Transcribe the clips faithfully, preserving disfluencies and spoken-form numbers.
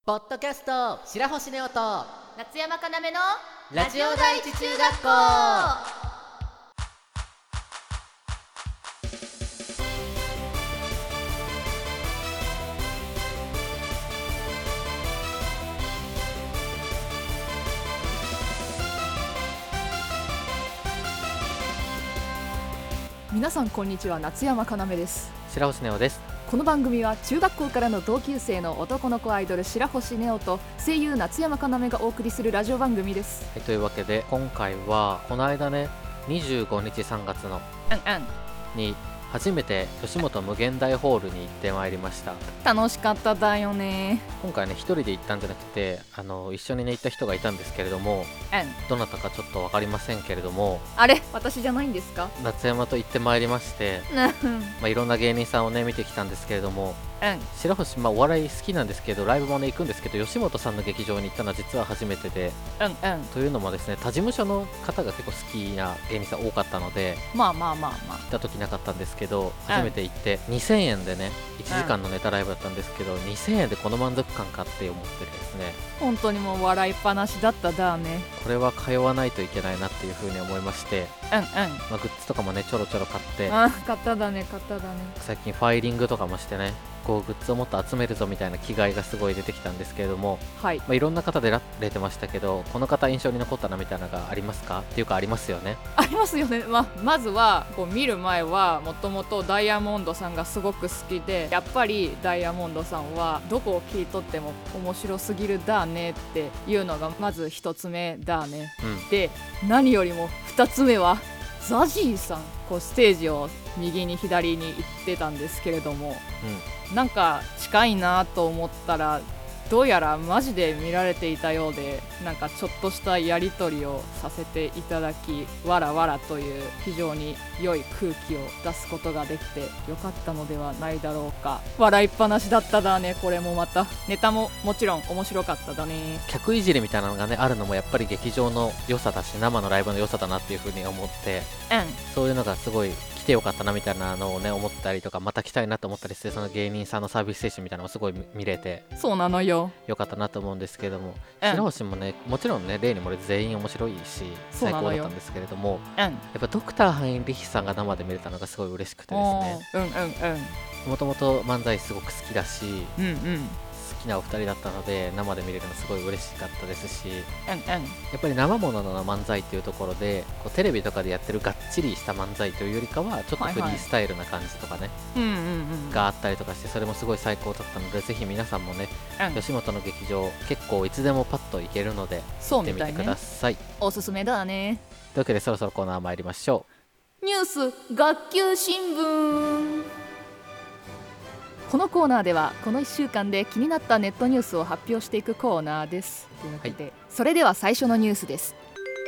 ポッドキャスト白星ネオと夏山かなめのラジオ第一中学校。 皆さんこんにちは、夏山かなめです。 白星ネオです。 この番組は中学校からの同級生の男の子アイドル白星ネオと声優夏山かなめがお送りするラジオ番組です。 はい、というわけで今回はこの間ねにじゅうごにちさんがつのうんうんに初めて吉本無限大ホールに行ってまいりました。 楽しかっただよね。 今回ね一人で行ったんじゃなくてあの一緒にね行った人がいたんですけれども、 うんどなたかちょっと分かりませんけれども、 あれ私じゃないんですか？ 夏山と行ってまいりまして、 うんまあ、いろんな芸人さんをね見てきたんですけれども、 うん白星、まあ、お笑い好きなんですけどライブもね行くんですけど、吉本さんの劇場に行ったのは実は初めてで、 うんうんというのもですね他事務所の方が結構好きな芸人さん多かったのでまあまあまあまあ行った時なかったんですけど、初めて行ってにせんえんでねいちじかんのネタライブだったんですけど、にせんえんでこの満足感かって思ってですね、 本当にもう笑いっぱなしだっただね。 これは通わないといけないなっていう風に思いまして、 うんうんまあ、グッズとかもねちょろちょろ買ってあ、買っただね買っただね。 最近ファイリングとかもしてねこうグッズをもっと集めるぞみたいな気概がすごい出てきたんですけれども、 はいまあ、いろんな方でられてましたけど、この方印象に残ったなみたいなのがありますか？っていうかありますよね。 ありますよね。まあ、まずはこう見る前はもともとダイヤモンドさんがすごく好きで、やっぱりダイヤモンドさんはどこを切り取っても面白すぎるだねっていうのがまず一つ目だね。 うんで何よりも二つ目はザジーさん、こうステージを右に左に行ってたんですけれども、なんか近いなと思ったらどうやらマジで見られていたようで、なんかちょっとしたやり取りをさせていただき、わらわらという非常に良い空気を出すことができてよかったのではないだろうか。笑いっぱなしだっただね。これもまたネタももちろん面白かっただね。 客いじりみたいなのがねあるのもやっぱり劇場の良さだし生のライブの良さだなっていう風に思って、 うそういうのがすごい来てよかったなみたいなのをね思ったりとか、また来たいなと思ったりして、その芸人さんのサービス精神みたいなのもすごい見れてん、そうなのよ。 よかったなと思うんですけれども、 うん白星もねもちろんね例に漏れず全員面白いし最そうなのよ高だったんですけれども、 うんやっぱドクターハインリヒさんが生で見れたのがすごい嬉しくてですね、 うんうんうんもともと漫才すごく好きだしうんうんうん好きなお二人だったので生で見れるのすごい嬉しかったですし、やうんっぱり生ものの漫才っていうところでこうテレビとかでやってるがっちりした漫才というよりかはちょっとフリースタイルな感じとかね、 うんうんうんがあったりとかして、それもすごい最高だったので、ぜひ皆さんもねうん吉本の劇場結構いつでもパッと行けるのでそう行ってみてくみたいね。 ださい。 おすすめだね。 というわけでそろそろコーナー参りましょニュース学級新聞。このコーナーではこのいっしゅうかんで気になったネットニュースを発表していくコーナーです。というわけで、はい、それでは最初のニュースです。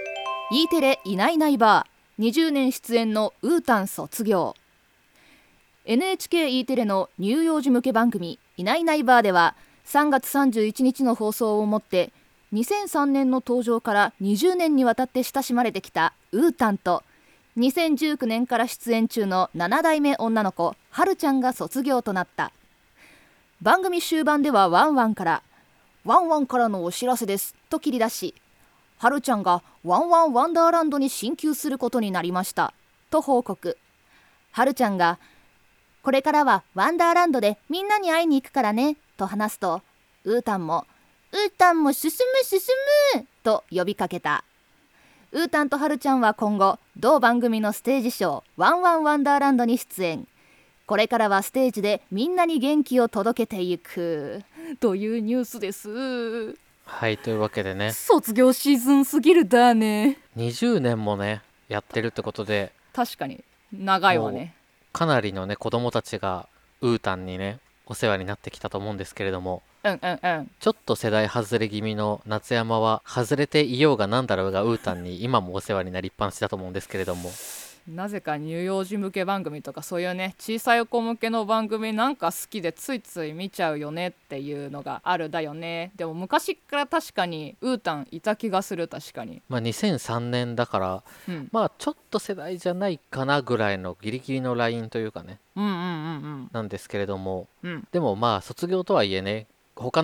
E テレいないいないばーにじゅうねん出演のウータン卒業。 エヌエイチケー E テレの乳幼児向け番組いないいないばーではさんがつさんじゅういちにちの放送をもってにせんさんねんの登場からにじゅうねんにわたって親しまれてきたウータンとにせんじゅうきゅうねんから出演中のななだいめ女の子はるちゃんが卒業となった。番組終盤ではワンワンからワンワンからのお知らせですと切り出し、はるちゃんがワンワンワンダーランドに進級することになりましたと報告。はるちゃんがこれからはワンダーランドでみんなに会いに行くからねと話すと、うーたんもうーたんも進む進むと呼びかけた。うーたんとはるちゃんは今後同番組のステージショーワンワンワンダーランドに出演。これからはステージでみんなに元気を届けていくというニュースです。 はい、というわけでね卒業シーズンすぎるだね。 にじゅうねんもねやってるってことで確かに長いわね。 かなりのね子供たちがウータンにねお世話になってきたと思うんですけれども、 うんうんうんちょっと世代外れ気味の夏山は外れていようがなんだろうがウータンに今もお世話になりっぱなしだと思うんですけれども、 なぜか乳幼児向け番組とかそういうね小さい子向けの番組なんか好きでついつい見ちゃうよねっていうのがあるだよね。でも昔から確かにウータンいた気がする。確かにまあにせんさんねんだから、 うん、 まあちょっと世代じゃないかなぐらいのギリギリのラインというかね、 うんうんうんうんなんですけれども、 うんでもまあ卒業とはいえね他のね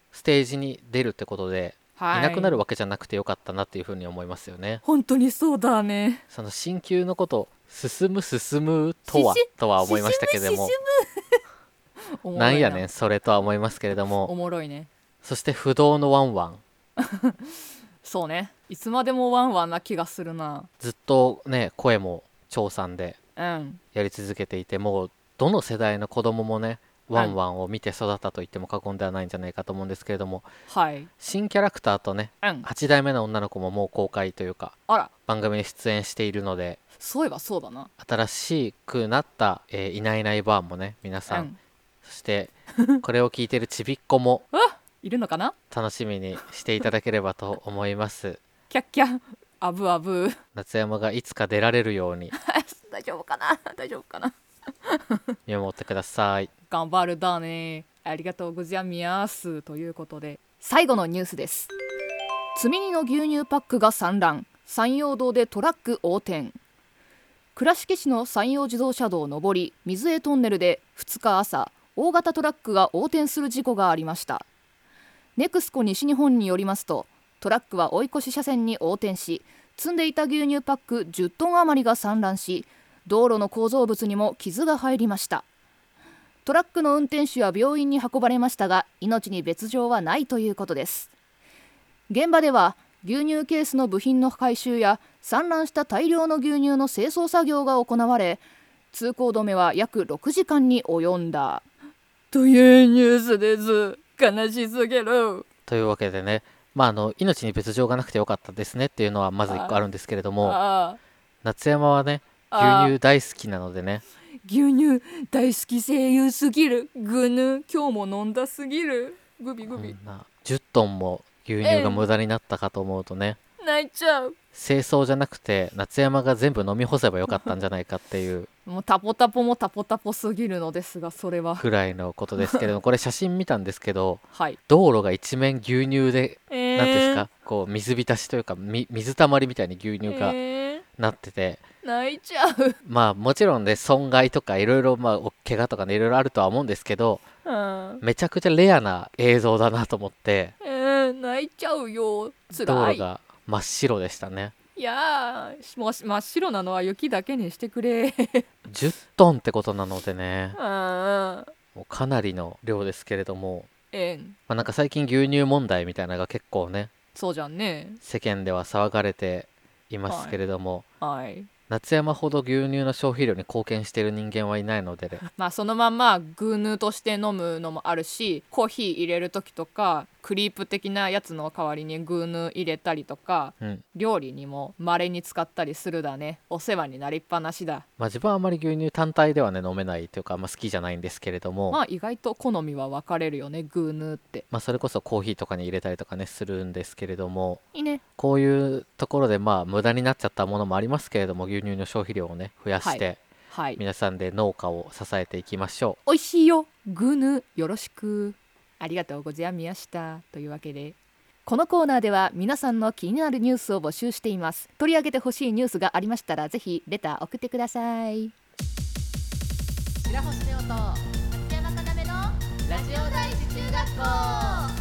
ステージに出るってことで、 はい、 いなくなるわけじゃなくてよかったなっていうふうに思いますよね。 本当にそうだね。 その進級のこと進む進むとはとは思いましたけれどもなんやねんそれとは思いますけれども、 おもろいね。 そして不動のワンワンそうね、いつまでもワンワンな気がするな。 ずっとね声も長さんでうんやり続けていて、もうどの世代の子供もねワンワンを見て育ったと言っても過言ではないんじゃないかと思うんですけれども、 はい、 新キャラクターとね、 うん、 はち代目の女の子ももう公開というかあら番組に出演しているので、 そういえばそうだな。 新しくなった、えーいないいないバーンもね皆さん、 うん、 そしてこれを聞いてるちびっこもいるのかな。 楽しみにしていただければと思いますキャッキャアブアブ夏山がいつか出られるように大丈夫かな大丈夫かな見守ってください。 頑張るだね。ありがとうございますということで、最後のニュースです。積み荷の牛乳パックが散乱、山陽道でトラック横転。倉敷市の山陽自動車道上り水江トンネルでふつか朝、大型トラックが横転する事故がありました。ネクスコ西日本によりますと、トラックは追い越し車線に横転し、積んでいた牛乳パックじゅっトン余りが散乱し、道路の構造物にも傷が入りました。トラックの運転手は病院に運ばれましたが、命に別状はないということです。現場では牛乳ケースの部品の回収や散乱した大量の牛乳の清掃作業が行われ、通行止めは約ろくじかんに及んだというニュースです。悲しすぎる。 というわけでね、まあ、あの命に別状がなくてよかったですねっていうのはまずいっこあるんですけれども、 あ夏山はね牛乳大好きなのでね、 牛乳大好き声優すぎる。ぐぬ今日も飲んだすぎる。グビグビ、 こんなじゅっトンも牛乳が無駄になったかと思うとね、 泣いちゃう。 清掃じゃなくて夏山が全部飲み干せばよかったんじゃないかっていうもうタポタポもタポタポすぎるのですが、それはぐらいのことですけれどもこれ写真見たんですけど、 はい、 道路が一面牛乳で、 えー、 なんていうんですか、こう水浸しというかみ水たまりみたいに牛乳がえなってて、 ー、泣いちゃう。 まあもちろんね損害とかいろいろまあ怪我とかねいろいろあるとは思うんですけど、 うん、 めちゃくちゃレアな映像だなと思って、 えー、泣いちゃうよ。つらい。 道路が真っ白でしたね。 いやー、もし真っ白なのは雪だけにしてくれじゅっトンってことなのでね、 うん、 もうかなりの量ですけれども、 えんまあ、なんか最近牛乳問題みたいなのが結構ねそうじゃんね。 世間では騒がれていますけれども、 はい、 夏山ほど牛乳の消費量に貢献している人間はいないので、ね、 まあそのまんまグーヌとして飲むのもあるし、コーヒー入れる時とかクリープ的なやつの代わりにグーヌ入れたりとか、うん、料理にも稀に使ったりするだね。お世話になりっぱなしだ。 まあ自分はあまり牛乳単体ではね飲めないというかあんま好きじゃないんですけれども、 まあ意外と好みは分かれるよねグーヌって。 まあそれこそコーヒーとかに入れたりとかねするんですけれども、 いいね。 こういうところでまあ無駄になっちゃったものもありますけれども、牛乳の消費量をね増やして、はいはい、皆さんで農家を支えていきましょう。 おいしいよグーヌよろしく。ありがとうございました。というわけでこのコーナーでは皆さんの気になるニュースを募集しています。取り上げてほしいニュースがありましたらぜひレター送ってください。白星ネオと松山かなめのラジオ第一中学校。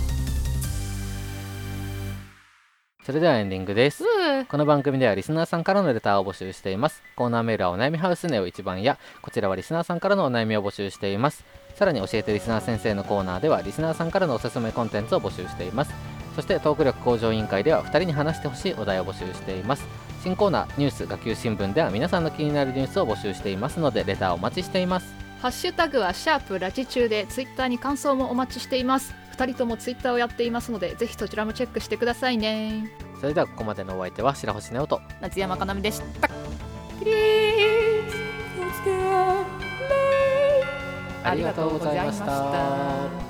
それではエンディングです。この番組ではリスナーさんからのレターを募集しています。コーナーメールはお悩みハウスネオいちばんや、こちらはリスナーさんからのお悩みを募集しています。さらに教えてリスナー先生のコーナーではリスナーさんからのおすすめコンテンツを募集しています。そしてトーク力向上委員会ではふたりに話してほしいお題を募集しています。新コーナーニュース学級新聞では皆さんの気になるニュースを募集していますのでレターをお待ちしています。 ハッシュタグはシャープラジ中でツイッターに感想もお待ちしています。ふたりともツイッターをやっていますのでぜひそちらもチェックしてくださいね。 それではここまでのお相手は白星ネオと夏山かなめでした。ありがとうございました。